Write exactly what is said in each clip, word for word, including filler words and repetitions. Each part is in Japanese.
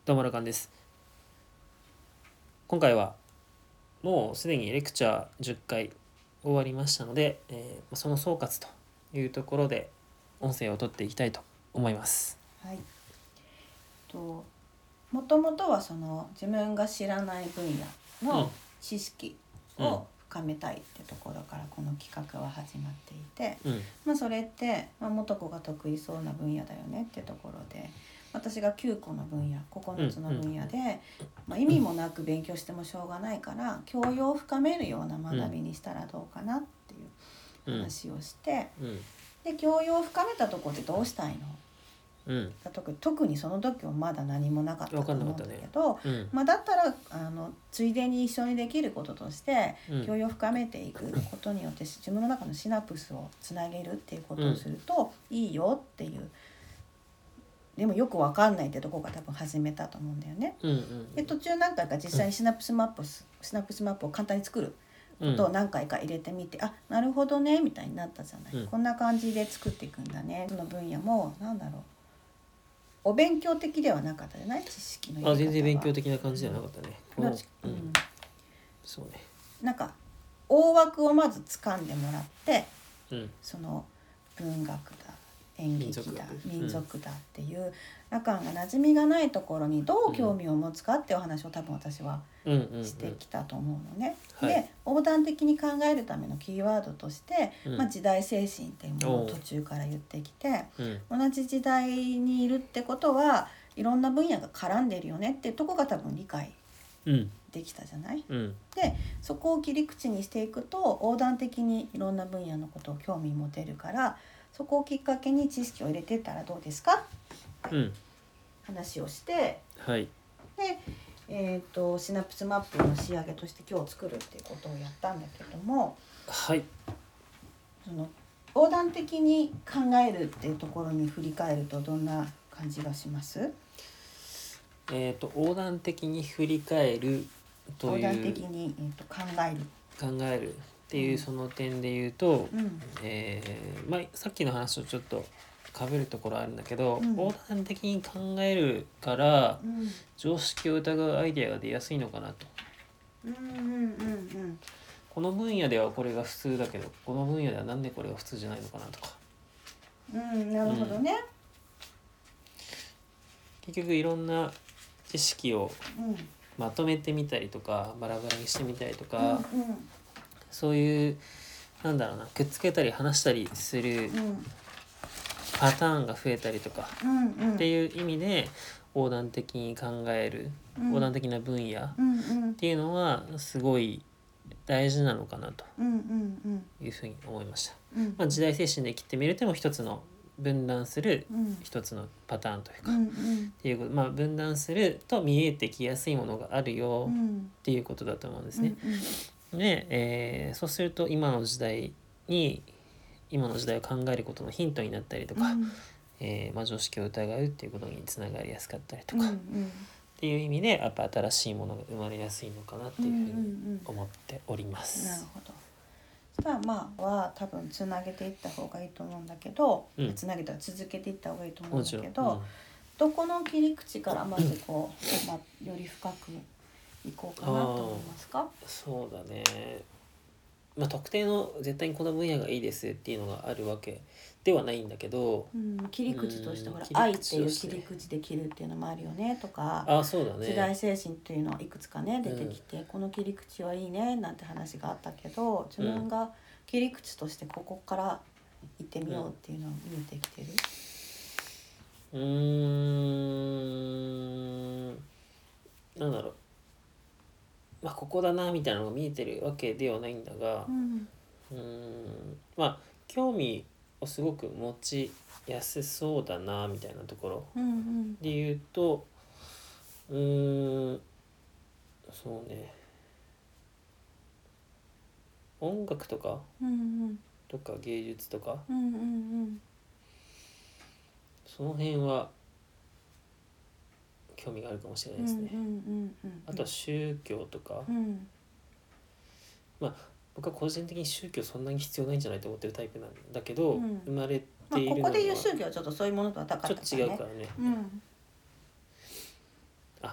どうもラカンです。今回はもうすでにレクチャーじゅっかい終わりましたので、えーその総括というところで音声を取っていきたいと思います。 はい。ともともとはその自分が知らない分野の知識を深めたいってところからこの企画は始まっていて、 うんまあ、それって、まあ、元子が得意そうな分野だよねってところで、私がきゅうこの分野ここのつの分野で、まあ、意味もなく勉強してもしょうがないから教養を深めるような学びにしたらどうかなっていう話をして、 うんで教養を深めたところでどうしたいのうん特特にその時はまだ何もなかったと思うんだけど、 うんまあ、だったらあのついでに一緒にできることとしてうん教養を深めていくことによって自分の中のシナプスをつなげるっていうことをするといいよっていう、でもよくわかんないってとこが多分始めたと思うんだよね。 うんうんで途中何回か実際にシナプスマップシナプスマップを簡単に作ることを何回か入れてみて、あ、なるほどねみたいになったじゃない、 うんこんな感じで作っていくんだね。その分野もなんだろう、お勉強的ではなかったじゃない、知識の入れ方は。 あ全然勉強的な感じではなかったね。このどっちうんうんそうね。 なんか大枠をまず掴んでもらって、 うんその文学だ演劇だ民族だっていうラカンが馴染みがないところにどう興味を持つかっていうお話を多分私はうんうんうんしてきたと思うのね。 はいで横断的に考えるためのキーワードとして、 うんまあ、時代精神っていうものを途中から言ってきて、 うん同じ時代にいるってことはいろんな分野が絡んでるよねっていうとこが多分理解うんできたじゃない。 うんでそこを切り口にしていくと横断的にいろんな分野のことを興味持てるから、そこをきっかけに知識を入れてったらどうですかうん話をして、 はいで、えー、とシナプスマップの仕上げとして今日作るっていうことをやったんだけども、 はいその横断的に考えるっていうところに振り返るとどんな感じがします？ えっと横断的に振り返るという横断的に、えー、と考える考えるっていうその点で言うと、 うんえーまあ、さっきの話とちょっと被るところあるんだけど、 うん横断的に考えるからうん常識を疑うアイデアが出やすいのかなと。 うんうんうんこの分野ではこれが普通だけどこの分野ではなんでこれが普通じゃないのかなとか、 うんうんなるほどね。 結局いろんな知識をうんまとめてみたりとかバラバラにしてみたりとか、 うんうんそういうなんだろうなくっつけたり話したりするうんパターンが増えたりとかうんうんっていう意味で横断的に考える、 うん横断的な分野っうんうんていうのはすごい大事なのかなとうんうんいうふうに思いました。 うんまあ、時代精神で切ってみるとも一つの分断するうん一つのパターンというか、っうんうんていうこと、まあ、分断すると見えてきやすいものがあるようんっていうことだと思うんですね。 うんで、えーそうすると今の時代に今の時代を考えることのヒントになったりとか、 うんえーまあ、常識を疑うっていうことにつながりやすかったりとうんうか、っんていう意味でやっぱ新しいものが生まれやすいのかなっていうふうにうんうんうん思っております。 なるほど。そしたらまあは多分つなげていった方がいいと思うんだけど、 うんつなげたら続けていった方がいいと思うんだもちろん、 けど、どこの切り口からまずこう、まあ、より深くいこうかなと思いますか？ うん、そうだね。まあ、特定の絶対にこの分野がいいですっていうのがあるわけではないんだけど、 うん、切り口としてほらうん愛っていう切り口として切り口で切るっていうのもあるよねとか、 あそうだね。 時代精神っていうのはいくつかね出てきて、この切り口はいいねなんて話があったけど、自分が切り口としてここから行ってみようっていうのは見えてきてる？ うーんなんだろう、まあここだなみたいなのが見えてるわけではないんだが、 うんうーんまあ興味をすごく持ちやすそうだなみたいなところうんうんで言うと、うーんそうね、音楽とかうんうんとか芸術とかうんうんその辺は興味があるかもしれないですね。 うんうんうんうんあとは宗教とか、 うんまあ僕は個人的に宗教そんなに必要ないんじゃないと思ってるタイプなんだけど、 うん生まれてまあ、 いるのはここで言う宗教はちょっとそういうものとは高かちょっとったからね。 違うからね。 うん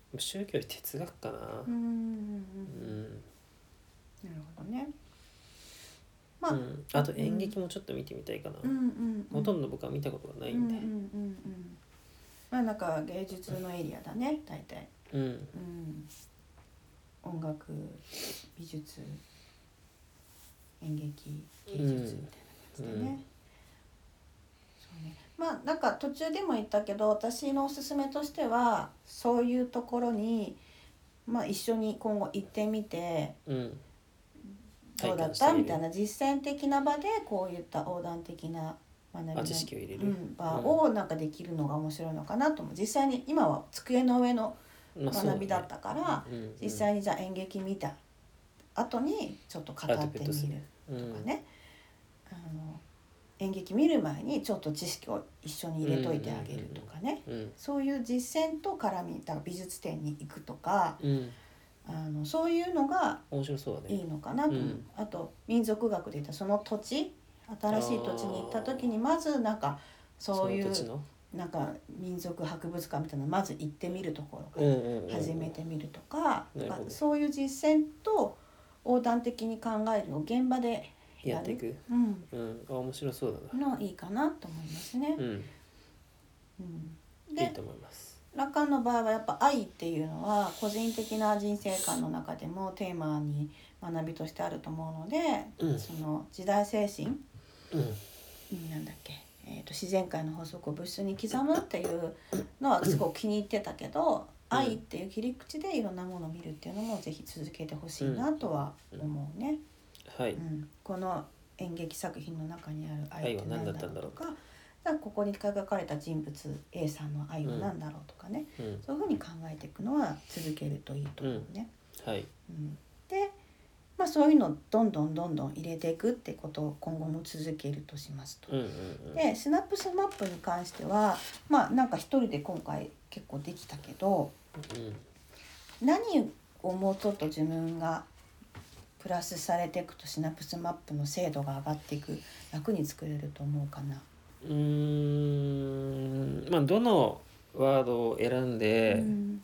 宗教より哲学かな。 うんうんうんうんなるほどね。まあ、 うん、あと演劇もちょっと見てみたいかな、 うんうんうん、 ほとんど僕は見たことがないんで、 うんうんうんうんまあなんか芸術のエリアだね大体。 うんうん音楽美術演劇芸術みたいな感じでね、 うんそうねまあなんか途中でも言ったけど私のおすすめとしてはそういうところに、まあ、一緒に今後行ってみてうんどうだったみたいな実践的な場でこういった横断的な学びのあ知識を入れる、 うん、場をなんかできるのが面白いのかなと思う。実際に今は机の上のまあそうね学びだったから、 うんうん実際にじゃあ演劇見た後にちょっと語ってみアウトプットするるとかね、あの演劇見る前にちょっと知識を一緒に入れといてあげるとかね、 うんそういう実践と絡みだから美術展に行くとか、 うんあのそういうのが面白そうだねいいのかなと思う、 うんあと民族学で言ったらその土地新しい土地に行った時にまずなんかそういうその土地のなんか民族博物館みたいなのまず行ってみるところかうんうんうんら始めてみるとか、 なるほどそういう実践と横断的に考えるのを現場でやるやっていくうんうんあ面白そうだなのいいかなと思いますね。 うんうん、 いいでと思いますラカンの場合はやっぱ愛っていうのは個人的な人生観の中でもテーマに学びとしてあると思うので、 うんその時代精神うんなんだっけ、えー、と自然界の法則を物質に刻むっていうのはすごく気に入ってたけど、 うん愛っていう切り口でいろんなものを見るっていうのもぜひ続けてほしいなとは思うね。 はいうん、この演劇作品の中にある愛って何だろうとか、だからここに描かれた人物 A さんの愛は何だろうとかね、 うんそういうふうに考えていくのは続けるといいと思うね。 はいうん、で、まあ、そういうのをどんどんどんどん入れていくってことを今後も続けるとしますと。 うんうんうんでシナプスマップに関してはまあなんか一人で今回結構できたけど、何をもうちょっと自分がプラスされていくとシナプスマップの精度が上がっていく楽に作れると思うかな。 うーんまあどのワードを選んで、 うん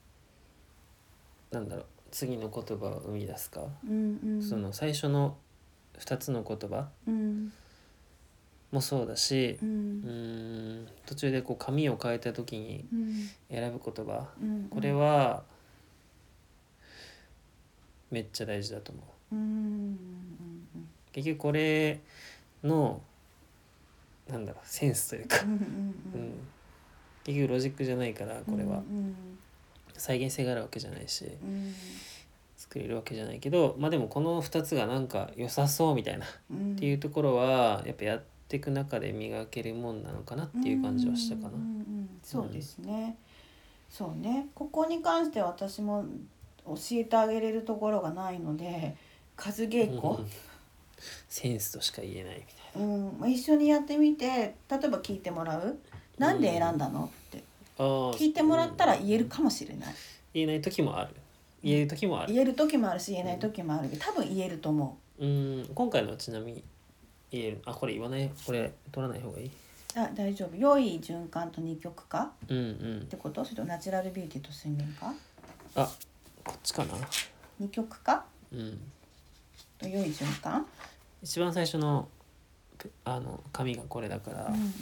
なんだろう次の言葉を生み出すか、 うんうん、 その最初のふたつの言葉うんもそうだしう、 うんーん途中でこう紙を変えた時にうん選ぶ言葉、 うん、 これはめっちゃ大事だと思う。 うんうん結局これのなんだろうセンスというか、 うんうんうん、結局ロジックじゃないからこれはうん再現性があるわけじゃないしうん作れるわけじゃないけど、まあでもこのふたつがなんか良さそうみたいなっうんていうところはやっぱやっていく中で磨けるもんなのかなっていう感じはしたかな。 うんうんうんそうですね、そうねここに関しては私も教えてあげれるところがないので数稽古、 うんセンスとしか言えないみたいうんまあ、一緒にやってみて例えば聞いてもらうなんで選んだのってな。あー聞いてもらったら言えるかもしれない、 言えない時もある言える時もある。 言える時もあるし言えない時もあるけど多分言えると思うん今回のはちなみに言えるあこれ言わないこれ取らない方がいい。 う。あ大丈夫良い循環と二極化っうんうんてことそれとナチュラルビューティーと水面化あこっちかな。 二極化うんと良い循環、 一番最初のぷあの紙がこれだから、 うんうん、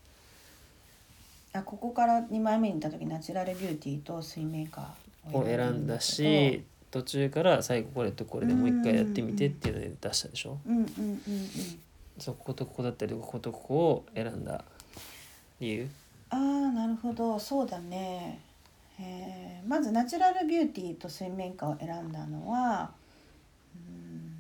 あここからにまいめに行った時ナチュラルビューティーと水面化を選んだし途中から最後これとこれでもう一回やってみてっていうので出したでしょ。 うんうんうんうんそうこことここだったりこことここを選んだ理由。 ああなるほどそうだね、えーまずナチュラルビューティーと水面下を選んだのはうん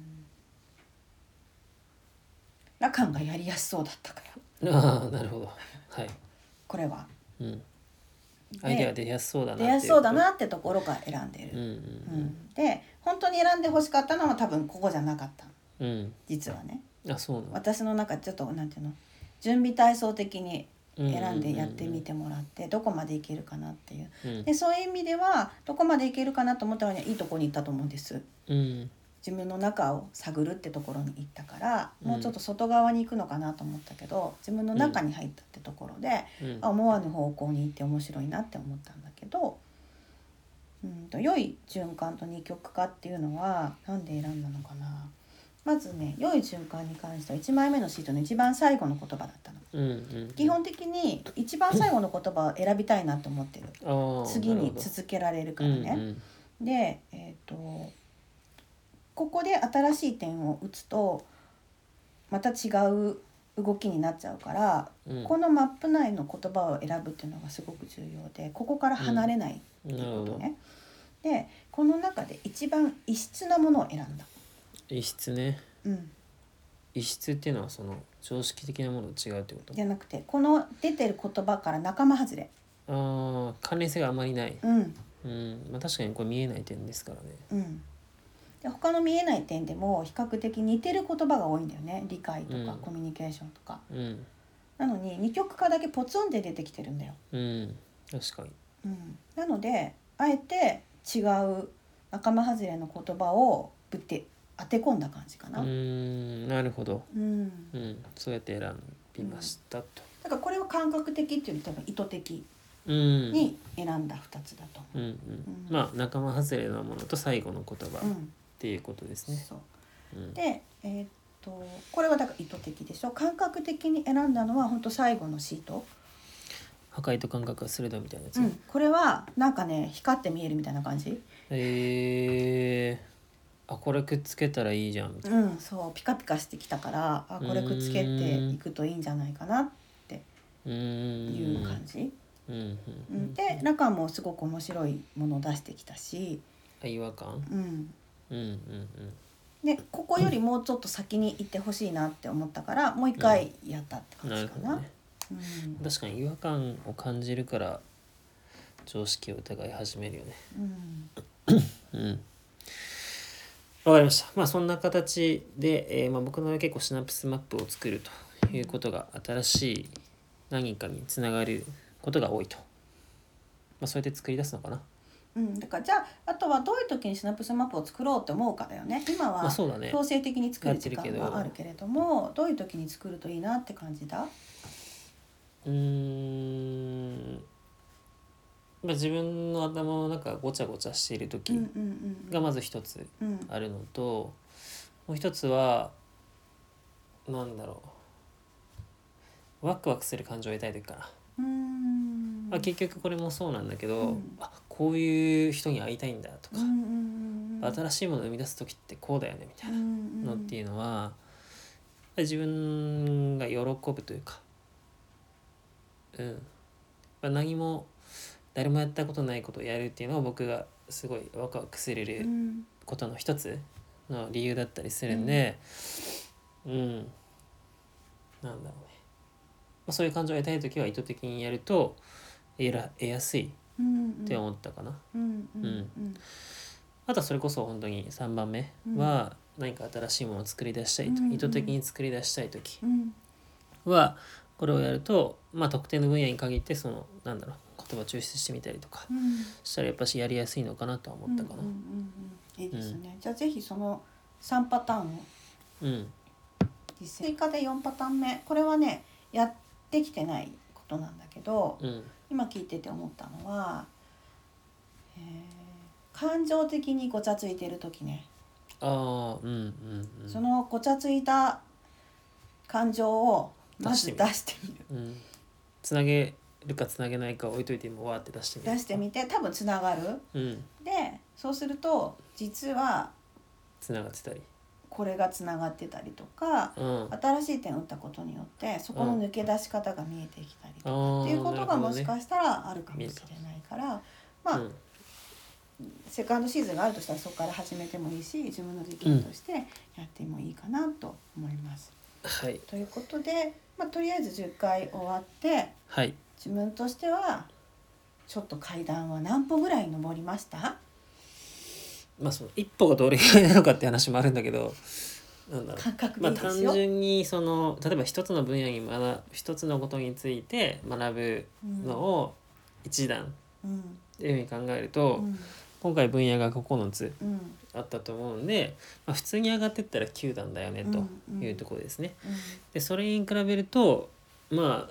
ラカンがやりやすそうだったからああなるほどはい、 これはうん、アイデア出やすそうだなって出やすそうだなってところから選んでる、 うんうんうんで本当に選んでほしかったのは多分ここじゃなかったうん実はねうんあそうなの。 私の中ちょっとなんていうの準備体操的に選んでやってみてもらってどこまでいけるかなっていううんでそういう意味ではどこまでいけるかなと思ったのにはいいところに行ったと思うんです。 うん自分の中を探るってところに行ったから、 うんもうちょっと外側に行くのかなと思ったけど自分の中に入ったってところで、 うんあ思わぬ方向に行って面白いなって思ったんだけどうんと良い循環と二極化っていうのはなんで選んだのかな。まずね、良い循環に関してはいちまいめのシートの一番最後の言葉だったの。 うんうん、 基本的に一番最後の言葉を選びたいなと思ってる。 あ次に続けられるからね。 うんうん、 で、えーと、ここで新しい点を打つとまた違う動きになっちゃうから、 うん、 このマップ内の言葉を選ぶっていうのがすごく重要で、ここから離れないっていうことね。で、この中で一番異質なものを選んだ。 異質ね。 うん。 異質っていうのはその常識的なものと違うってこと？ じゃなくて、この出てる言葉から仲間外れ。 ああ、関連性があまりない。 うん。 うん、まあ確かにこれ見えない点ですからね。 うん。で、他の見えない点でも比較的似てる言葉が多いんだよね。理解とか、 うん、 コミュニケーションとか。 うん。 なのに二極化だけポツンって出てきてるんだよ。 うん、確かに。 うん。なのであえて違う仲間外れの言葉をぶって当て込んだ感じかな。 うーん、なるほど。 うん。 うん、そうやって選びましたと。 だからこれは感覚的っていうより多分意図的うん、 に選んだふたつだとうん、うん、 思う。うんまあ仲間外れなものと最後の言葉っうん。 ていうことですね。 そう。 うん、 で、えーっとこれはだから意図的でしょ。感覚的に選んだのは本当最後のシート。 破壊と感覚が鋭いみたいなやつ。 うん。これはなんかね、光って見えるみたいな感じ。 えー、あ、これくっつけたらいいじゃんみたいな。 うん、そうピカピカしてきたから、あ、これくっつけていくといいんじゃないかなってうーん、 いう感じ。 うん、うん、 ううんん、で、中もすごく面白いものを出してきたし、 あ、違和感。 うん。 うん、うん、 で、ここよりもうちょっと先に行ってほしいなって思ったからもう一回やったってうん、な感じかな。 るほどね。 うん確かに違和感を感じるから常識を疑い始めるよね。 うん、 うん。わかりました。まあそんな形で、えーまあ、僕の場合結構シナプスマップを作るということが新しい何かにつながることが多いと。まあそうやって作り出すのかな。 うん、だからじゃああとはどういう時にシナプスマップを作ろうって思うかだよね。今まあはそうだね。 強制的に作る時間やってるけどがあるけれども、どういう時に作るといいなって感じだ。 うーん。まあ自分の頭の中がごちゃごちゃしている時うんうんうんがまず一つうんあるのと、もう一つはなんだろう、ワクワクする感情を得たい時かな。 うーんまあ、結局これもそうなんだけど、 うんあ、こういう人に会いたいんだとか、 うんうんうん新しいものを生み出す時ってこうだよねみたいなうんのっていうのは、自分が喜ぶというか、うんまあ、何も誰もやったことないことをやるっていうのは僕がすごいワクワクすうるんことの一つの理由だったりするんで、うん、なんだろうね、まあ、そういう感情を得たい時は意図的にやると得ら得やすいって思ったかな。 うんうんうんあとはそれこそ本当にさんばんめは何か新しいものを作り出したいと、 うん意図的に作り出したい時うんはこれをやると、まあ、特定の分野に限ってそのなんだろう言葉抽出してみたりとかうんしたらやっぱしやりやすいのかなとは思ったかな。 うんうんうんうん、いいですね、うん、じゃあぜひそのさんパターンをうん実践追加でよんパターン目、これはねやってきてないことなんだけど、 うん今聞いてて思ったのは、えー感情的にごちゃついてる時ね、 ああうんうんうんそのごちゃついた感情をまず出してみる、 うん、つなげるかつなげないか置いといてもわーって出してみる。 出してみて多分つながる。 うんでそうすると実はつながってたり、 これがつながってたりとか、 うん新しい点を打ったことによってそこの抜け出し方が見えてきたりとか、 あーっていうことがもしなるほどねかしたらあるかもしれないから、まあ、 うんセカンドシーズンがあるとしたらそこから始めてもいいし、自分の出来としてやってもいいかなと思います。 はいということで、まあ、とりあえずじゅっかい終わってはい自分としてはちょっと階段は何歩ぐらい登りました？ まあその一歩がどれぐらいなのかって話もあるんだけど、なんだろう、 感覚まあ単でいいですよ。 純にその例えば一つの分野に学一つのことについて学ぶのを一段うんっていうふうに考えると、 うん今回分野がここのつうんあったと思うんで、まあ、普通に上がってったらきゅう段だよねというところですね。 うんでそれに比べるとまあ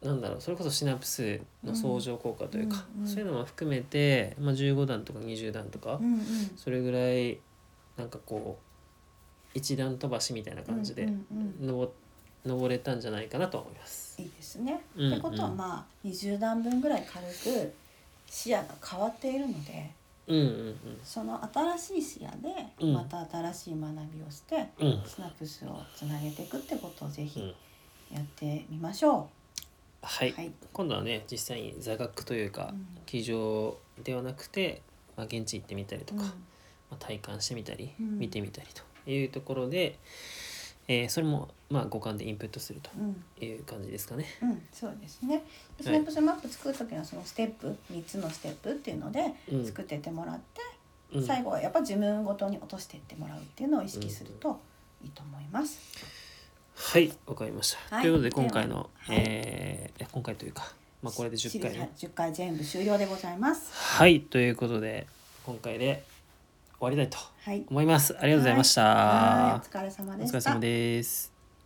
なんだろうそれこそシナプスの相乗効果というか、 うんうんうんそういうのも含めて、まあ、じゅうごだんとかにじゅうだんとか、 うんうんそれぐらいなんかこう一段飛ばしみたいな感じでうんうん登登れたんじゃないかなと思います。 いいですね。 うんうんってことはまあにじゅうだんぶんぐらい軽く視野が変わっているので、 うんうんその新しい視野でうんまた新しい学びをして、 うんうんシナプスをつなげていくってことをぜひうんやってみましょはい、 はい今度はね実際に座学というか、 うん机上ではなくて、まあ、現地行ってみたりう。 とか、まあ、体感してみたり、 うん見てみたりというところで、えーそれもまあ五感でインプットするとうんいう感じですかね。 うんうん、そうですね。でシナプスマップ作る時のそのステップみっつのステップっていうのでうん作ってってもらって、 うん最後はやっぱ自分ごとに落としていってもらうっていうのを意識するといいと思います。 はいわかりました、 はいということで今回の、 でははいえー今回というか、まあ、これでじゅっかいねじゅっかい全部終了でございます。 はいということで今回で終わりたいとはい。 思います。ありがとうございました。 はい、お疲れ様おでした。 疲れ様です。